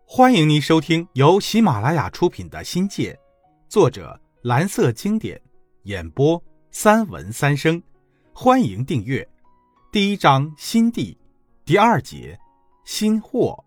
欢迎您收听由喜马拉雅出品的《新界》，作者蓝色经典，演播三文三生。欢迎订阅。第一章新地，第二节新货。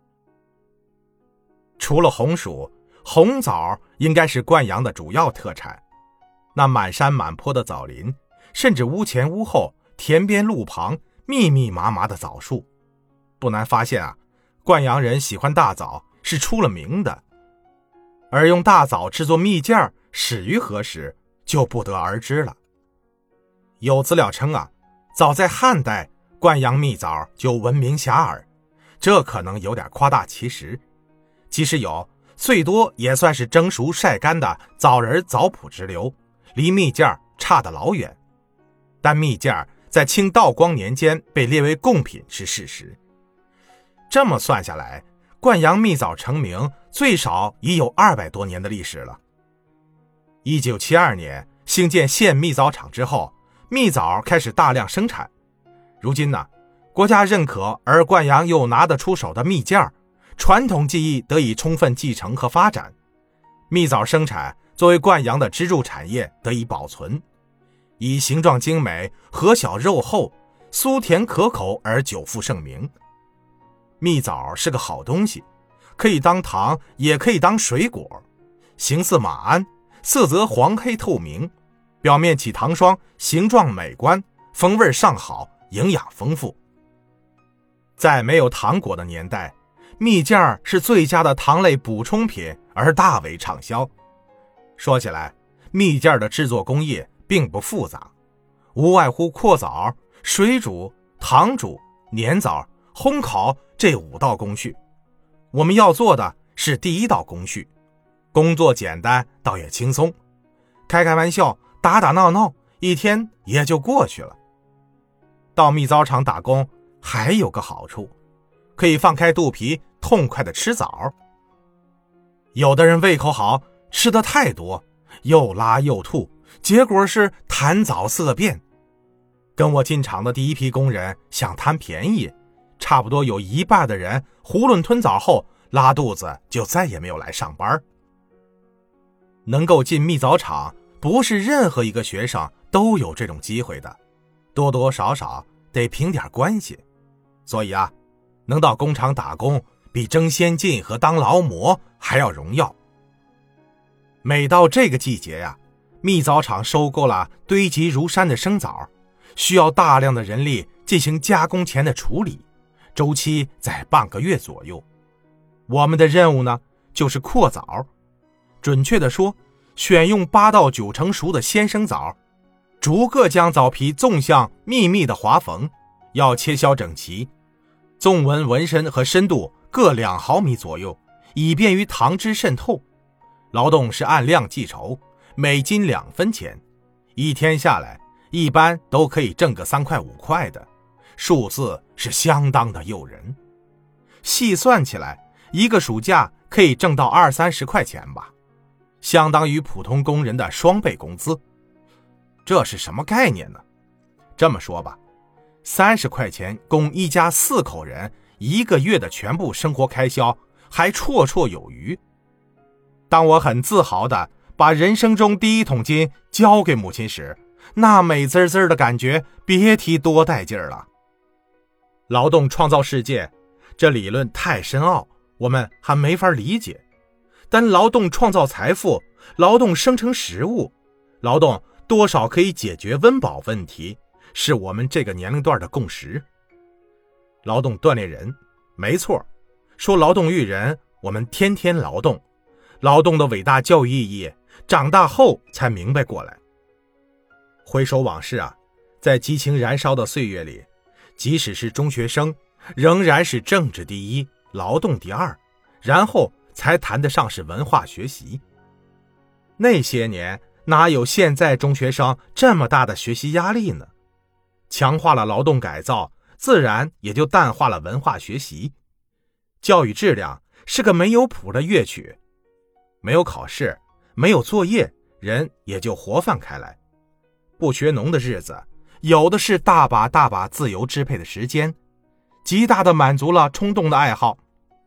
除了红薯，红枣应该是灌阳的主要特产。那满山满坡的枣林，甚至屋前屋后、田边路旁密密麻麻的枣树，不难发现灌阳人喜欢大枣是出了名的。而用大枣制作蜜饯始于何时，就不得而知了。有资料称早在汉代，灌阳蜜枣就闻名遐迩，这可能有点夸大其实。即使有，最多也算是蒸熟晒干的枣仁枣脯之流，离蜜饯差得老远。但蜜饯在清道光年间被列为贡品是事实。这么算下来，灌阳蜜枣成名最少已有200多年的历史了。1972年兴建县蜜枣厂之后，蜜枣开始大量生产。如今国家认可而灌阳又拿得出手的蜜饯，传统技艺得以充分继承和发展。蜜枣生产作为灌阳的支柱产业得以保存，以形状精美、核小肉厚、酥甜可口而久负盛名。蜜枣是个好东西，可以当糖，也可以当水果。形似马鞍，色泽黄黑透明，表面起糖霜，形状美观，风味上好，营养丰富。在没有糖果的年代，蜜饯是最佳的糖类补充品，而大为畅销。说起来，蜜饯的制作工艺并不复杂，无外乎扩枣、水煮、糖煮、碾枣、烘烤这5道工序。我们要做的是第1道工序，工作简单，倒也轻松，开玩笑，打闹闹，一天也就过去了。到蜜枣厂打工还有个好处，可以放开肚皮，痛快地吃枣。有的人胃口好，吃得太多，又拉又吐，结果是谈枣色变。跟我进厂的第一批工人想贪便宜，差不多有1半的人囫囵吞枣后拉肚子，就再也没有来上班。能够进蜜枣厂，不是任何一个学生都有这种机会的，多多少少得凭点关系。所以能到工厂打工，比争先进和当劳模还要荣耀。每到这个季节蜜枣厂收购了堆积如山的生枣，需要大量的人力进行加工前的处理，周期在半个月左右。我们的任务就是扩枣，准确地说，选用8到9成熟的鲜生枣，逐个将枣皮纵向密密的划缝，要切削整齐，纵纹纹身和深度各2毫米左右，以便于糖汁渗透。劳动是按量计酬，每斤2分钱，一天下来一般都可以挣个3块5块的，数字是相当的诱人。细算起来，一个暑假可以挣到20-30块钱吧，相当于普通工人的2倍工资。这是什么概念呢？这么说吧，30块钱供一家4口人1个月的全部生活开销，还绰绰有余。当我很自豪地把人生中第1桶金交给母亲时，那美滋滋的感觉别提多带劲了。劳动创造世界，这理论太深奥，我们还没法理解。但劳动创造财富，劳动生成食物，劳动多少可以解决温饱问题，是我们这个年龄段的共识。劳动锻炼人，没错，说劳动育人，我们天天劳动。劳动的伟大教育意义，长大后才明白过来。回首往事在激情燃烧的岁月里，即使是中学生，仍然是政治第1，劳动第2，然后才谈得上是文化学习。那些年哪有现在中学生这么大的学习压力呢？强化了劳动改造，自然也就淡化了文化学习。教育质量是个没有谱的乐曲，没有考试，没有作业，人也就活泛开来。不学农的日子，有的是大把自由支配的时间，极大地满足了冲动的爱好。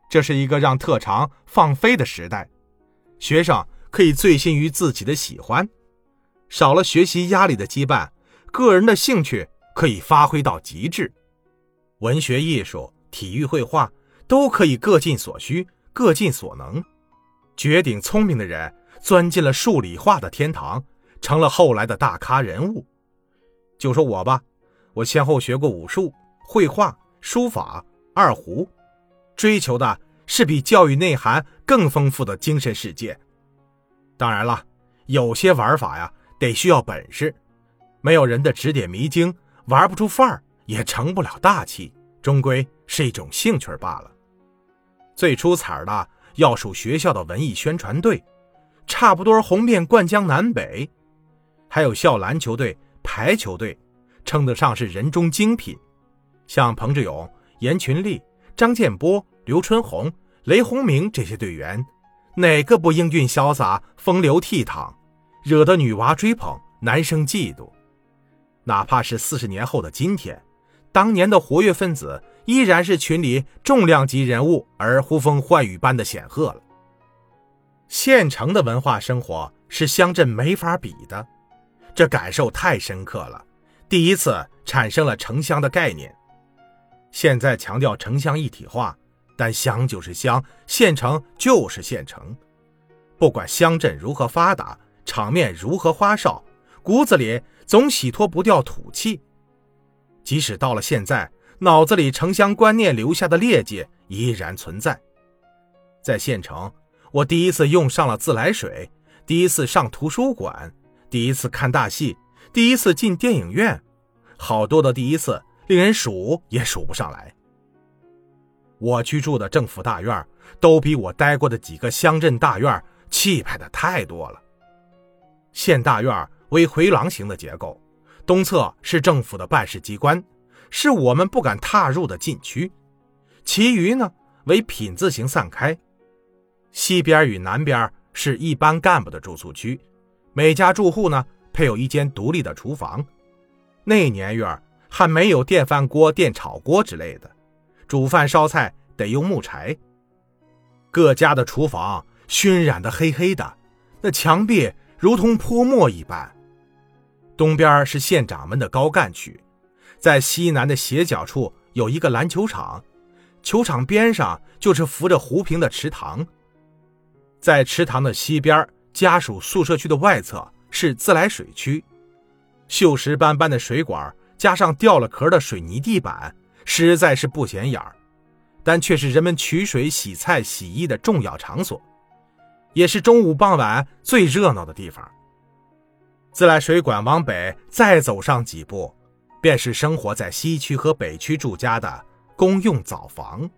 这是一个让特长放飞的时代，学生可以醉心于自己的喜欢，少了学习压力的羁绊，个人的兴趣可以发挥到极致。文学艺术、体育绘画都可以各尽所需，各尽所能。绝顶聪明的人钻进了数理化的天堂，成了后来的大咖人物。就说我吧，我先后学过武术、绘画、书法、二胡，追求的是比教育内涵更丰富的精神世界。当然了，有些玩法呀，得需要本事，没有人的指点迷津，玩不出范儿，也成不了大器，终归是一种兴趣罢了。最出彩的要数学校的文艺宣传队，差不多红遍灌江南北，还有校篮球队、排球队，称得上是人中精品。像彭志勇、严群力、张建波、刘春红、雷鸿明这些队员，哪个不英俊潇洒、风流倜傥，惹得女娃追捧，男生嫉妒。哪怕是40年后的今天，当年的活跃分子依然是群里重量级人物，而呼风唤雨般的显赫了。县城的文化生活是乡镇没法比的，这感受太深刻了，第一次产生了城乡的概念。现在强调城乡一体化，但乡就是乡，县城就是县城。不管乡镇如何发达，场面如何花哨，骨子里总洗脱不掉土气。即使到了现在，脑子里城乡观念留下的劣迹依然存在。在县城，我第一次用上了自来水，第一次上图书馆，第一次看大戏，第一次进电影院，好多的第一次，令人数也数不上来。我居住的政府大院都比我待过的几个乡镇大院气派的太多了。县大院为回廊形的结构，东侧是政府的办事机关，是我们不敢踏入的禁区，其余呢为品字形散开。西边与南边是一般干部的住宿区，每家住户呢配有一间独立的厨房。那年月还没有电饭锅、电炒锅之类的，煮饭烧菜得用木柴。各家的厨房熏染得黑黑的，那墙壁如同泼墨一般。东边是县长们的高干区，在西南的斜角处有一个篮球场，球场边上就是扶着湖坪的池塘。在池塘的西边，家属宿舍区的外侧是自来水区，锈蚀斑斑的水管加上掉了壳的水泥地板，实在是不显眼儿，但却是人们取水、洗菜、洗衣的重要场所，也是中午傍晚最热闹的地方。自来水管往北再走上几步，便是生活在西区和北区住家的公用澡房。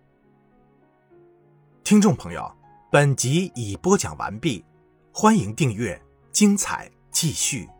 听众朋友，本集已播讲完毕，欢迎订阅，精彩继续。